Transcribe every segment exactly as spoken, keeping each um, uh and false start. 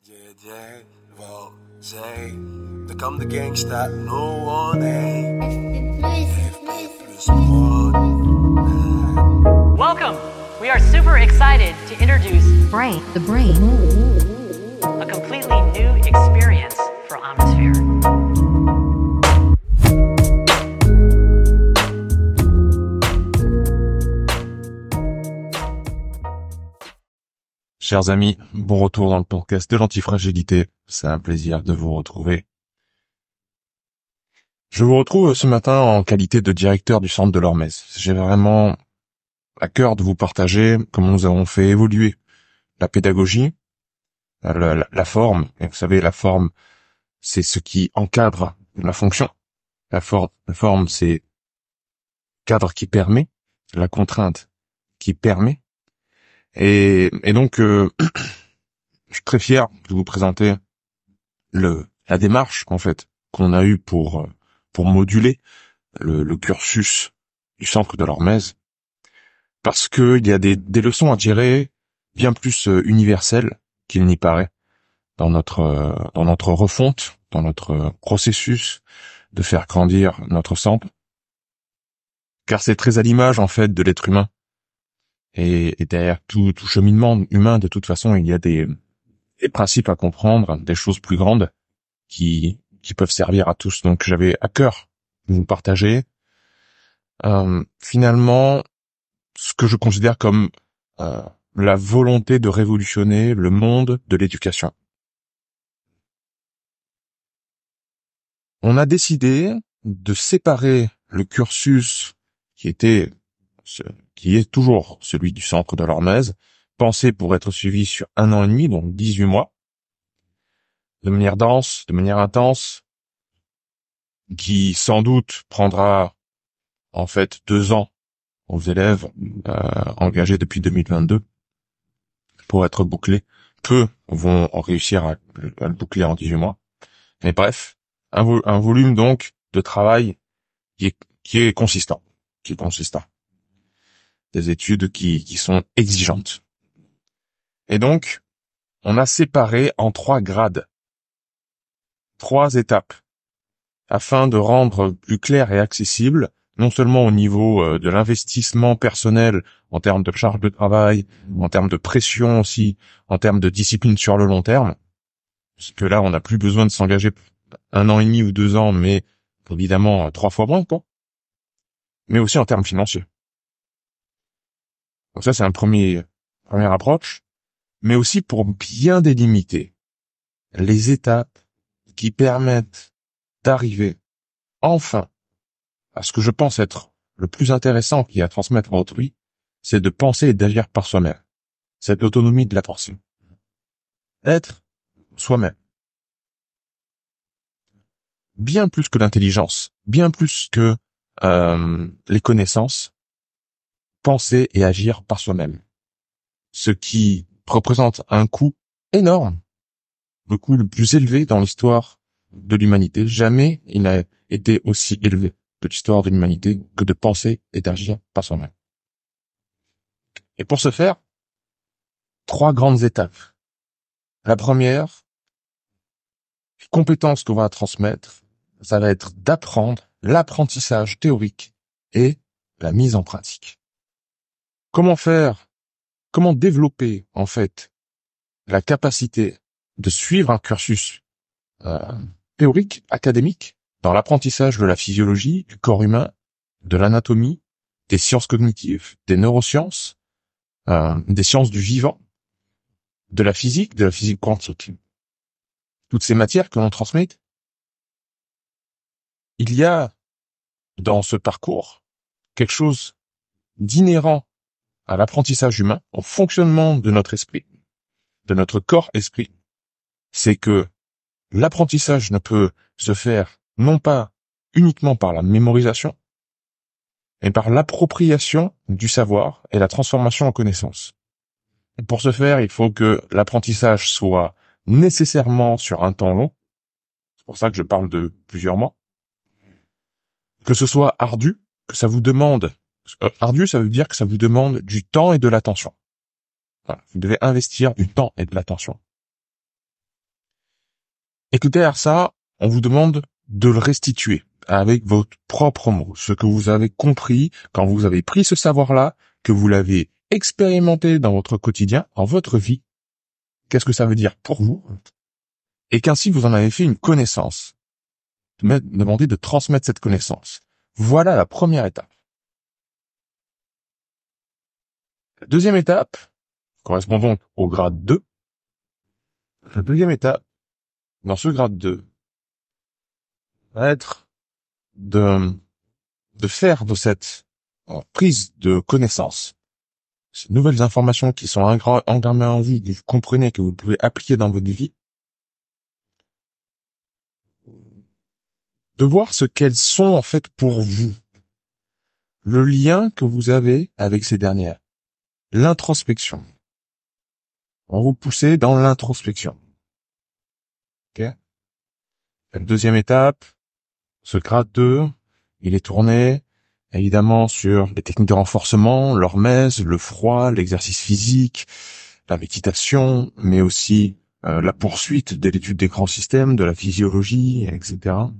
Yeah, yeah, wel, zij, er kan de gangsta, no one, hey. F P plus one. Welcome! We are super excited to introduce Brain, the brain. a completely new experience for Omnisphere. Chers amis, bon retour dans le podcast de l'antifragilité. C'est un plaisir de vous retrouver. Je vous retrouve ce matin en qualité de directeur du centre de l'Hormèse. J'ai vraiment à cœur de vous partager comment nous avons fait évoluer la pédagogie, la, la, la forme. Et vous savez, la forme, c'est ce qui encadre la fonction. La, for- la forme, c'est le cadre qui permet, la contrainte qui permet. Et, et donc, euh, je suis très fier de vous présenter le la démarche en fait qu'on a eue pour pour moduler le, le cursus du centre de l'Hormèse, parce que il y a des, des leçons à tirer bien plus euh, universelles qu'il n'y paraît dans notre euh, dans notre refonte, dans notre processus de faire grandir notre centre, car c'est très à l'image en fait de l'être humain. Et, et derrière tout, tout cheminement humain, de toute façon, il y a des, des principes à comprendre, des choses plus grandes qui, qui peuvent servir à tous. Donc j'avais à cœur de vous partager euh, finalement ce que je considère comme euh, la volonté de révolutionner le monde de l'éducation. On a décidé de séparer le cursus qui était ce, qui est toujours celui du centre de l'Hormèse, pensé pour être suivi sur un an et demi, donc dix-huit mois, de manière dense, de manière intense, qui sans doute prendra en fait deux ans aux élèves euh, engagés depuis deux mille vingt-deux pour être bouclés. Peu vont en réussir à, à le boucler en dix-huit mois. Mais bref, un, vo- un volume donc de travail qui est, qui est consistant, qui est consistant. Des études qui, qui sont exigeantes. Et donc, on a séparé en trois grades, trois étapes, afin de rendre plus clair et accessible, non seulement au niveau euh, de l'investissement personnel, en termes de charge de travail, en termes de pression aussi, en termes de discipline sur le long terme, parce que là, on n'a plus besoin de s'engager un an et demi ou deux ans, mais évidemment trois fois moins, quoi. Mais aussi en termes financiers. Donc ça, c'est un premier, première approche, mais aussi pour bien délimiter les étapes qui permettent d'arriver enfin à ce que je pense être le plus intéressant qui est à transmettre à autrui, c'est de penser et d'agir par soi-même. Cette autonomie de la pensée. Être soi-même. Bien plus que l'intelligence, bien plus que euh, les connaissances, penser et agir par soi-même. Ce qui représente un coût énorme, le coût le plus élevé dans l'histoire de l'humanité. Jamais il n'a été aussi élevé de l'histoire de l'humanité que de penser et d'agir par soi-même. Et pour ce faire, trois grandes étapes. La première, les compétences qu'on va transmettre, ça va être d'apprendre l'apprentissage théorique et la mise en pratique. Comment faire, comment développer en fait la capacité de suivre un cursus euh, théorique, académique, dans l'apprentissage de la physiologie, du corps humain, de l'anatomie, des sciences cognitives, des neurosciences, euh, des sciences du vivant, de la physique, de la physique quantique. Toutes ces matières que l'on transmet, il y a dans ce parcours quelque chose d'inhérent à l'apprentissage humain, au fonctionnement de notre esprit, de notre corps-esprit. C'est que l'apprentissage ne peut se faire non pas uniquement par la mémorisation, mais par l'appropriation du savoir et la transformation en connaissance. Et pour ce faire, il faut que l'apprentissage soit nécessairement sur un temps long. C'est pour ça que je parle de plusieurs mois. Que ce soit ardu, que ça vous demande... Euh, ardu, ça veut dire que ça vous demande du temps et de l'attention. Voilà, vous devez investir du temps et de l'attention. et que derrière ça, on vous demande de le restituer avec votre propre mot, ce que vous avez compris quand vous avez pris ce savoir-là, que vous l'avez expérimenté dans votre quotidien, dans votre vie. Qu'est-ce que ça veut dire pour vous? Et qu'ainsi vous en avez fait une connaissance. Demandez de transmettre cette connaissance. Voilà la première étape. La deuxième étape correspond donc au grade deux. La deuxième étape, dans ce grade deux, va être de, de faire de cette prise de connaissance, ces nouvelles informations qui sont engrammées en vous, que vous comprenez, que vous pouvez appliquer dans votre vie, de voir ce qu'elles sont en fait pour vous. Le lien que vous avez avec ces dernières. L'introspection. On vous pousse dans l'introspection. Ok? La deuxième étape, ce grade deux, il est tourné évidemment sur les techniques de renforcement, l'hormèse, le froid, l'exercice physique, la méditation, mais aussi euh, la poursuite de l'étude des grands systèmes, de la physiologie, et cetera.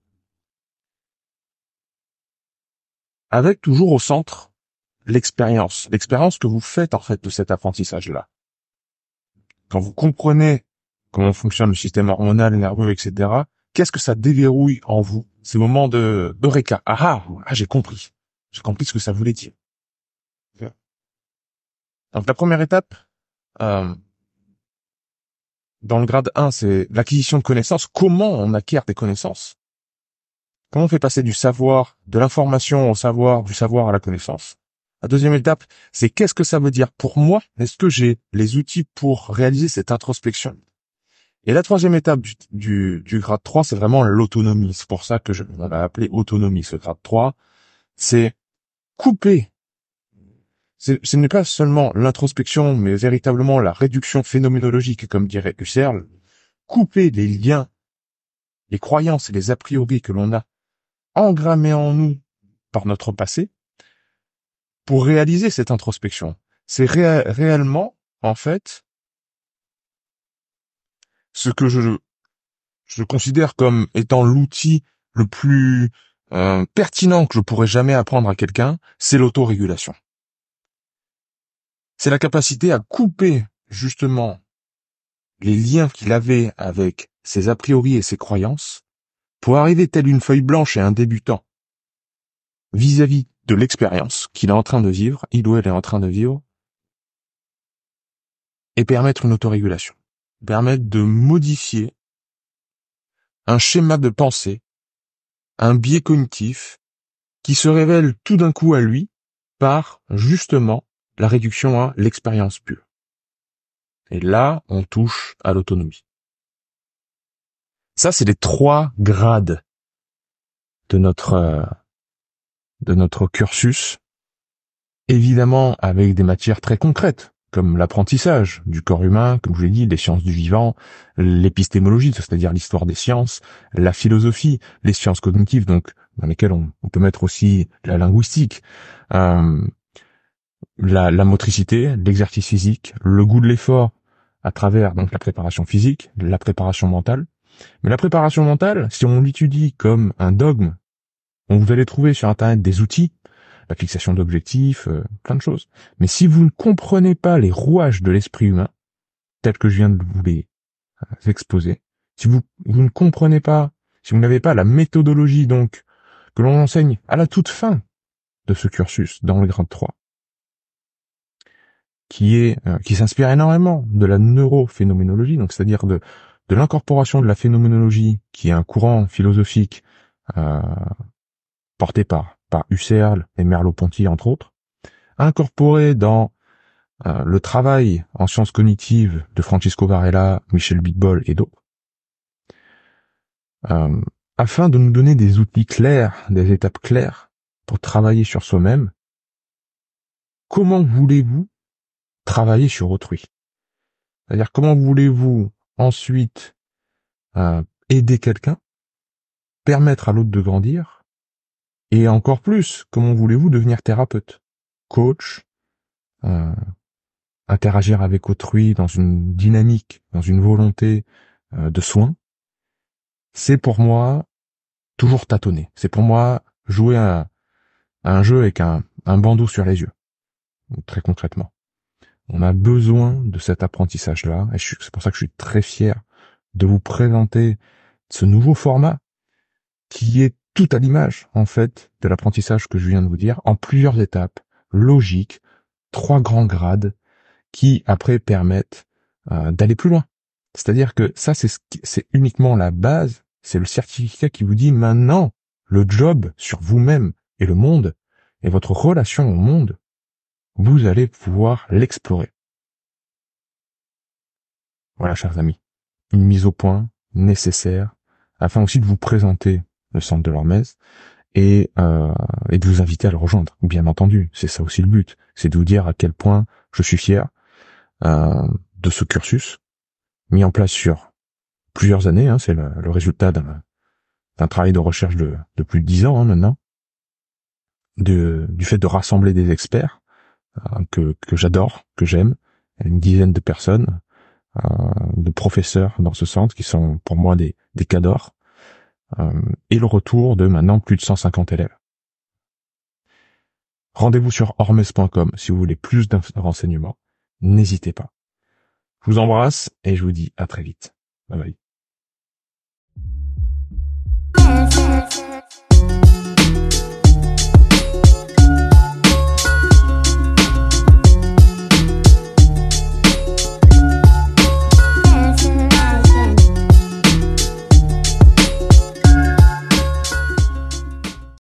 Avec toujours au centre l'expérience, l'expérience que vous faites en fait de cet apprentissage-là. Quand vous comprenez comment fonctionne le système hormonal, nerveux, et cetera, qu'est-ce que ça déverrouille en vous? Ces moments de eureka. Ah ah, ah j'ai compris. J'ai compris ce que ça voulait dire. Donc la première étape, euh, dans le grade un, c'est l'acquisition de connaissances. Comment on acquiert des connaissances? Comment on fait passer du savoir, de l'information au savoir, du savoir à la connaissance? La deuxième étape, c'est qu'est-ce que ça veut dire pour moi? Est-ce que j'ai les outils pour réaliser cette introspection? Et la troisième étape du, du, du grade trois, c'est vraiment l'autonomie. C'est pour ça que je l'avais appelé autonomie. Ce grade trois, c'est couper. C'est, ce n'est pas seulement l'introspection, mais véritablement la réduction phénoménologique, comme dirait Husserl. Couper les liens, les croyances et les a priori que l'on a engrammés en nous par notre passé pour réaliser cette introspection. C'est ré- réellement, en fait, ce que je, je considère comme étant l'outil le plus euh, pertinent que je pourrais jamais apprendre à quelqu'un, c'est l'autorégulation. C'est la capacité à couper, justement, les liens qu'il avait avec ses a priori et ses croyances, pour arriver tel une feuille blanche et un débutant, vis-à-vis de l'expérience qu'il est en train de vivre, il ou elle est en train de vivre, et permettre une autorégulation. Permettre de modifier un schéma de pensée, un biais cognitif, qui se révèle tout d'un coup à lui par, justement, la réduction à l'expérience pure. Et là, on touche à l'autonomie. Ça, c'est les trois grades de notre, euh, de notre cursus, évidemment avec des matières très concrètes, comme l'apprentissage du corps humain, comme je l'ai dit, les sciences du vivant, l'épistémologie, c'est-à-dire l'histoire des sciences, la philosophie, les sciences cognitives, donc dans lesquelles on, on peut mettre aussi la linguistique, euh, la, la motricité, l'exercice physique, le goût de l'effort à travers donc la préparation physique, la préparation mentale. Mais la préparation mentale, si on l'étudie comme un dogme, on vous allez trouver sur Internet des outils, la fixation d'objectifs, euh, plein de choses. Mais si vous ne comprenez pas les rouages de l'esprit humain, tels que je viens de vous les euh, exposer, si vous, vous ne comprenez pas, si vous n'avez pas la méthodologie donc que l'on enseigne à la toute fin de ce cursus dans le grade trois, qui est euh, qui s'inspire énormément de la neurophénoménologie, donc c'est-à-dire de de l'incorporation de la phénoménologie, qui est un courant philosophique euh, porté par par Husserl et Merleau-Ponty entre autres, incorporé dans euh, le travail en sciences cognitives de Francisco Varela, Michel Bitbol et d'autres, euh, afin de nous donner des outils clairs, des étapes claires pour travailler sur soi-même. Comment voulez-vous travailler sur autrui? C'est-à-dire comment voulez-vous ensuite euh, aider quelqu'un, permettre à l'autre de grandir, et encore plus, comment voulez-vous devenir thérapeute, coach, euh, interagir avec autrui dans une dynamique, dans une volonté euh, de soin, c'est pour moi toujours tâtonner. C'est pour moi jouer à, à un jeu avec un, un bandeau sur les yeux. Très concrètement. On a besoin de cet apprentissage-là, et je suis, c'est pour ça que je suis très fier de vous présenter ce nouveau format qui est tout à l'image, en fait, de l'apprentissage que je viens de vous dire, en plusieurs étapes, logiques, trois grands grades, qui après permettent euh, d'aller plus loin. C'est-à-dire que ça, c'est, ce qui, c'est uniquement la base, c'est le certificat qui vous dit maintenant, le job sur vous-même et le monde, et votre relation au monde, vous allez pouvoir l'explorer. Voilà, chers amis, une mise au point nécessaire, afin aussi de vous présenter le centre de l'Hormèse, et, euh, et de vous inviter à le rejoindre, bien entendu. C'est ça aussi le but, c'est de vous dire à quel point je suis fier euh, de ce cursus, mis en place sur plusieurs années, hein, c'est le, le résultat d'un, d'un travail de recherche de, de plus de dix ans hein, maintenant, de, du fait de rassembler des experts euh, que, que j'adore, que j'aime, une dizaine de personnes, euh, de professeurs dans ce centre qui sont pour moi des, des cadors, euh, et le retour de maintenant plus de cent cinquante élèves. Rendez-vous sur hormèse point com si vous voulez plus de renseignements. N'hésitez pas. Je vous embrasse et je vous dis à très vite. Bye bye.